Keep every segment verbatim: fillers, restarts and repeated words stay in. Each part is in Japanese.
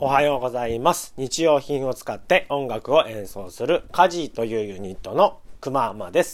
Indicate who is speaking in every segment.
Speaker 1: おはようございます。日用品を使って音楽を演奏するカジーというユニットのくまーまです。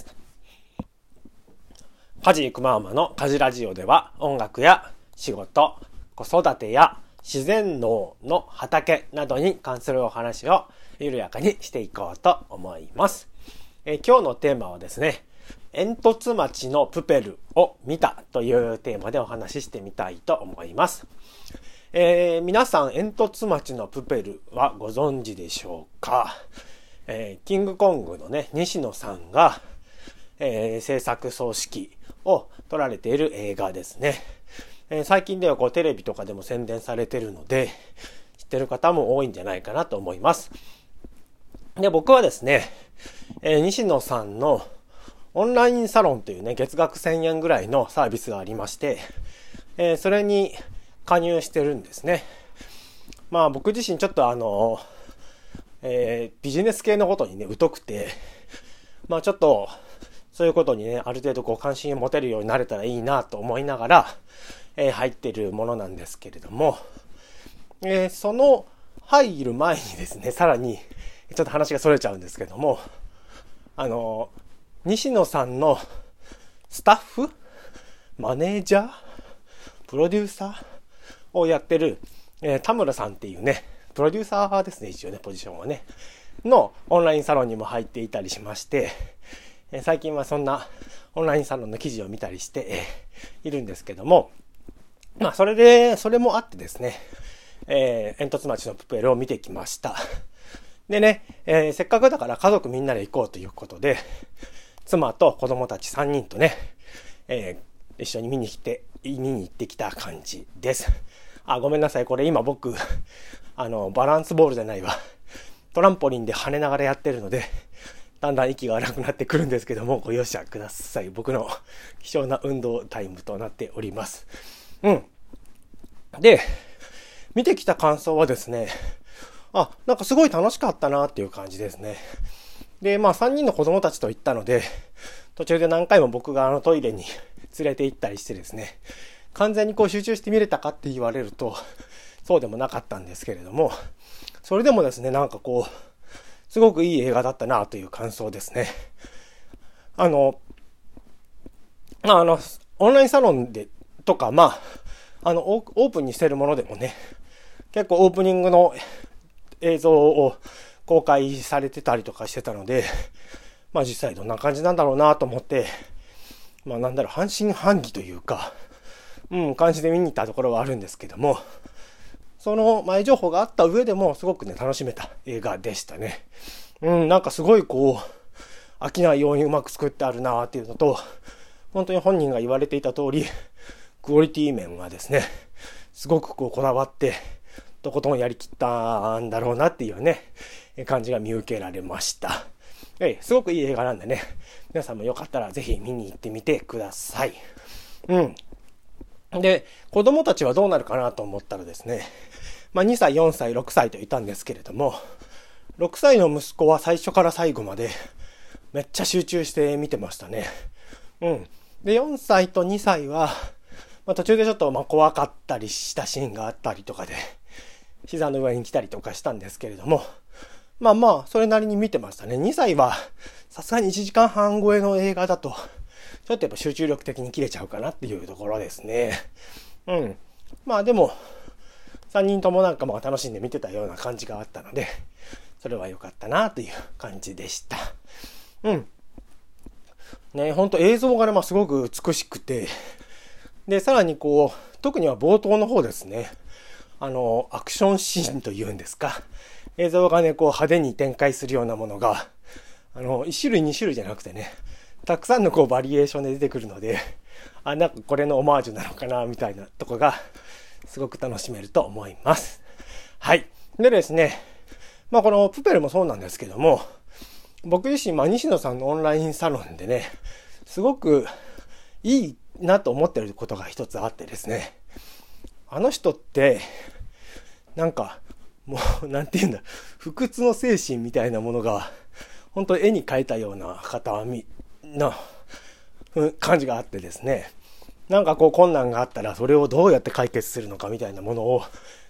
Speaker 1: カジーくまーまのカジラジオでは音楽や仕事、子育てや自然農の畑などに関するお話を緩やかにしていこうと思います。えー、今日のテーマはですね、煙突町のプペルを見たというテーマでお話ししてみたいと思います。えー、皆さん煙突町のプペルはご存知でしょうか。えー、キングコングのね西野さんが、えー、制作総指揮を取られている映画ですね。えー、最近ではこうテレビとかでも宣伝されているので知ってる方も多いんじゃないかなと思います。で、僕はですね、えー、西野さんのオンラインサロンというね月額せんえんぐらいのサービスがありまして、えー、それに加入してるんですね。まあ僕自身ちょっとあの、えー、ビジネス系のことにね疎くて、まあちょっとそういうことにねある程度こう関心を持てるようになれたらいいなと思いながら、えー、入ってるものなんですけれども、えー、その入る前にですね、さらにちょっと話がそれちゃうんですけども、あの西野さんのスタッフ、マネージャー、プロデューサーをやってる、えー、田村さんっていうね、プロデューサーですね、一応ね、ポジションはね、のオンラインサロンにも入っていたりしまして、えー、最近はそんなオンラインサロンの記事を見たりして、えー、いるんですけども、まあ、それで、それもあってですね、えー、煙突町のプペルを見てきました。でね、えー、せっかくだから家族みんなで行こうということで、妻と子供たちさんにんとね、えー、一緒に見に来て、見に行ってきた感じです。あ、ごめんなさい。これ今僕、あの、バランスボールじゃないわ。トランポリンで跳ねながらやってるので、だんだん息が荒くなってくるんですけども、ご容赦ください。僕の貴重な運動タイムとなっております。うん。で、見てきた感想はですね、あ、なんかすごい楽しかったなっていう感じですね。で、まあさんにんの子供たちと行ったので、途中で何回も僕があのトイレに連れて行ったりしてですね、完全にこう集中して見れたかって言われるとそうでもなかったんですけれども、それでもですね、なんかこうすごくいい映画だったなという感想ですね。あのあのオンラインサロンでとか、まああのオープンにしてるものでもね、結構オープニングの映像を公開されてたりとかしてたので、まあ実際どんな感じなんだろうなと思って、まあなんだろう、半信半疑というか、うん、感じで見に行ったところはあるんですけども、その前情報があった上でもすごくね、楽しめた映画でしたね。うん、なんかすごいこう、飽きないようにうまく作ってあるなっていうのと、本当に本人が言われていた通り、クオリティ面はですね、すごくこうこだわって、とことんやりきったんだろうなっていうね、感じが見受けられました。えすごくいい映画なんでね、皆さんもよかったらぜひ見に行ってみてください。うん。で、子供たちはどうなるかなと思ったらですね、まあにさい、よんさい、ろくさいといたんですけれども、ろくさいの息子は最初から最後までめっちゃ集中して見てましたね。うん。で、よんさいとにさいは、まあ、途中でちょっとまあ怖かったりしたシーンがあったりとかで、膝の上に来たりとかしたんですけれども、まあまあ、それなりに見てましたね。にさいは、さすがにいちじかんはん超えの映画だと、ちょっとやっぱ集中力的に切れちゃうかなっていうところですね。うん。まあでも、さんにんともなんかまあ楽しんで見てたような感じがあったので、それは良かったなという感じでした。うん。ね、ほんと映像がね、まあすごく美しくて、で、さらにこう、特には冒頭の方ですね。あの、アクションシーンというんですか。映像がね、こう派手に展開するようなものが、あの、いち種類に種類じゃなくてね、たくさんのこうバリエーションで出てくるので、あ、なんかこれのオマージュなのかなみたいなとこがすごく楽しめると思います。はい。でですね、まあこのプペルもそうなんですけども、僕自身、まあ西野さんのオンラインサロンでね、すごくいいなと思ってることが一つあってですね、あの人ってなんかもうなんていうんだ、不屈の精神みたいなものが本当に絵に描いたような方の感じがあってですね、なんかこう困難があったらそれをどうやって解決するのかみたいなものを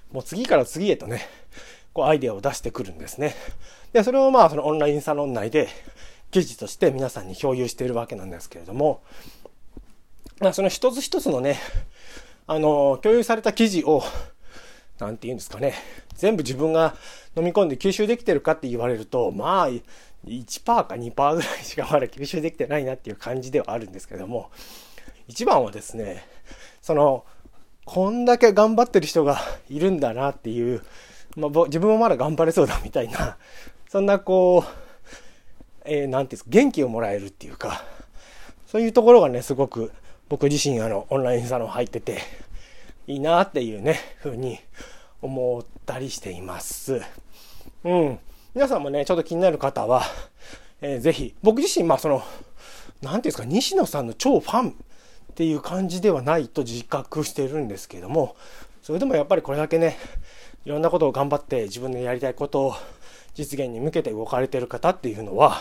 Speaker 1: もう次から次へとね、こうアイデアを出してくるんですね。で、それをまあそのオンラインサロン内で記事として皆さんに共有しているわけなんですけれども、まあその一つ一つのね、あの、共有された記事を、なんて言うんですかね、全部自分が飲み込んで吸収できてるかって言われると、まあ、いちパーセントか にパーセント ぐらいしかまだ吸収できてないなっていう感じではあるんですけれども、一番はですね、その、こんだけ頑張ってる人がいるんだなっていう、まあ、自分もまだ頑張れそうだみたいな、そんなこう、えー、なんていうんですか、元気をもらえるっていうか、そういうところがね、すごく僕自身あの、オンラインサロン入ってて、いいなっていうね、ふうに思ったりしています。うん。皆さんもね、ちょっと気になる方は、えー、ぜひ、僕自身、まあその、なんていうんですか、西野さんの超ファンっていう感じではないと自覚しているんですけれども、それでもやっぱりこれだけね、いろんなことを頑張って自分のやりたいことを実現に向けて動かれている方っていうのは、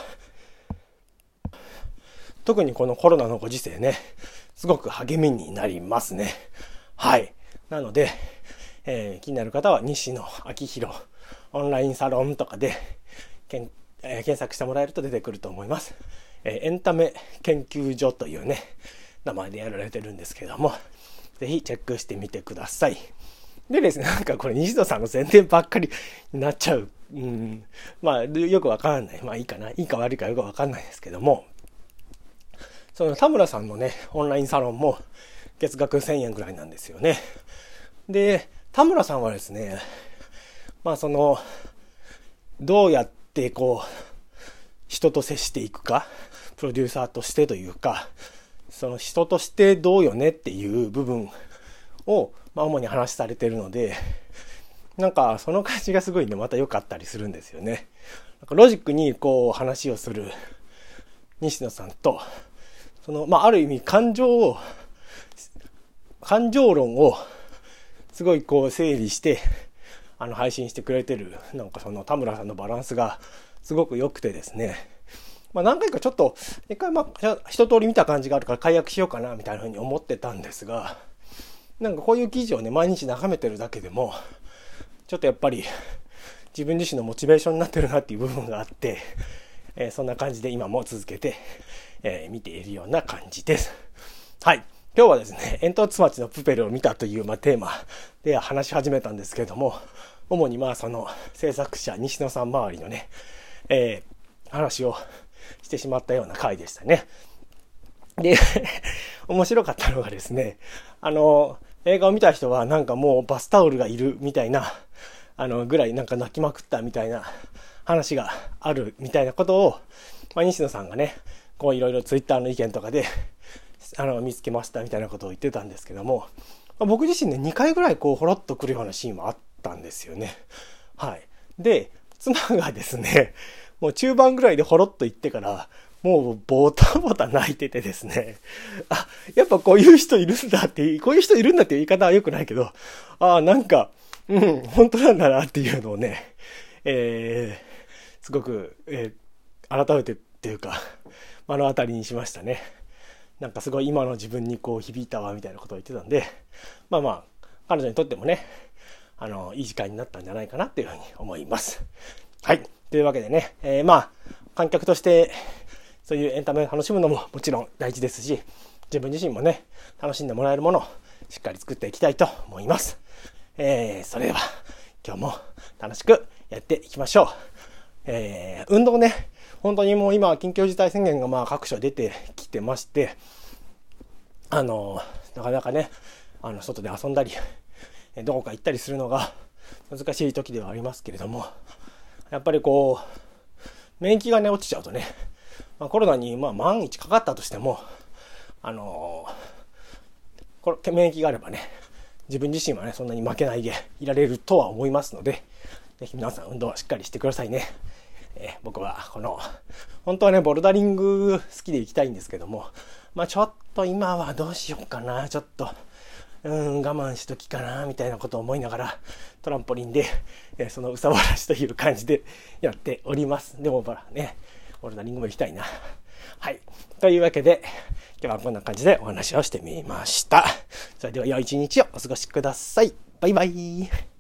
Speaker 1: 特にこのコロナのご時世ね、すごく励みになりますね。はい。なので、えー、気になる方は西野昭弘オンラインサロンとかでけん、えー、検索してもらえると出てくると思います。えー、エンタメ研究所というね、名前でやられてるんですけれども、ぜひチェックしてみてください。でですね、なんかこれ西野さんの宣伝ばっかりになっちゃう。うん、まあ、よくわからない。まあいいかな。いいか悪いかよくわかんないですけども、その田村さんのね、オンラインサロンも月額せんえんぐらいなんですよね。で、田村さんはですね、まあその、どうやってこう、人と接していくか、プロデューサーとしてというか、その人としてどうよねっていう部分を、まあ主に話されているので、なんかその感じがすごいね、また良かったりするんですよね。なんかロジックにこう話をする西野さんと、その、まあある意味感情を、感情論をすごいこう整理してあの配信してくれてるなんかその田村さんのバランスがすごく良くてですね、まあ、何回かちょっと一回まあ一通り見た感じがあるから解約しようかなみたいな風に思ってたんですが、なんかこういう記事をね毎日眺めてるだけでもちょっとやっぱり自分自身のモチベーションになってるなっていう部分があって、えー、そんな感じで今も続けて、えー、見ているような感じです。はい。今日はですね、煙突町のプペルを見たという、まあ、テーマで話し始めたんですけれども、主にまあその制作者西野さん周りのね、えー、話をしてしまったような回でしたね。で、面白かったのがですね、あの、映画を見た人はなんかもうバスタオルがいるみたいな、あのぐらいなんか泣きまくったみたいな話があるみたいなことを、まあ、西野さんがね、こういろいろツイッターの意見とかで、あの見つけましたみたいなことを言ってたんですけども、まあ、僕自身ねにかいぐらいこうほろっとくるようなシーンはあったんですよね。はい。で、妻がですね、もう中盤ぐらいでほろっと言ってからもうボタボタ泣いててですね、あ、やっぱこういう人いるんだって、こういう人いるんだっていう言い方は良くないけど、あ、なんかうん本当なんだなっていうのをね、えー、すごく、えー、改めてっていうか目の当たりにしましたね。なんかすごい今の自分にこう響いたわみたいなことを言ってたんで、まあまあ彼女にとってもね、あのいい時間になったんじゃないかなっていうふうに思います。はい。というわけでね、えー、まあ観客としてそういうエンタメを楽しむのももちろん大事ですし、自分自身もね楽しんでもらえるものをしっかり作っていきたいと思います。えー、それでは今日も楽しくやっていきましょう。えー、運動ね、本当にもう今緊急事態宣言がまあ各所出てきてまして、あのなかなかねあの外で遊んだりどこか行ったりするのが難しい時ではありますけれども、やっぱりこう免疫がね落ちちゃうとね、まあ、コロナにまあ万一かかったとしてもあのこれ免疫があればね自分自身はねそんなに負けないでいられるとは思いますので、ぜひ皆さん運動はしっかりしてくださいね。えー、僕はこの本当はねボルダリング好きで行きたいんですけども、まあちょっと今はどうしようかな、ちょっとうーん我慢しときかなみたいなことを思いながらトランポリンで、えー、そのうさばらしという感じでやっております。でもほらねボルダリングも行きたいな。はい、というわけで今日はこんな感じでお話をしてみました。それでは良い一日をお過ごしください。バイバイ。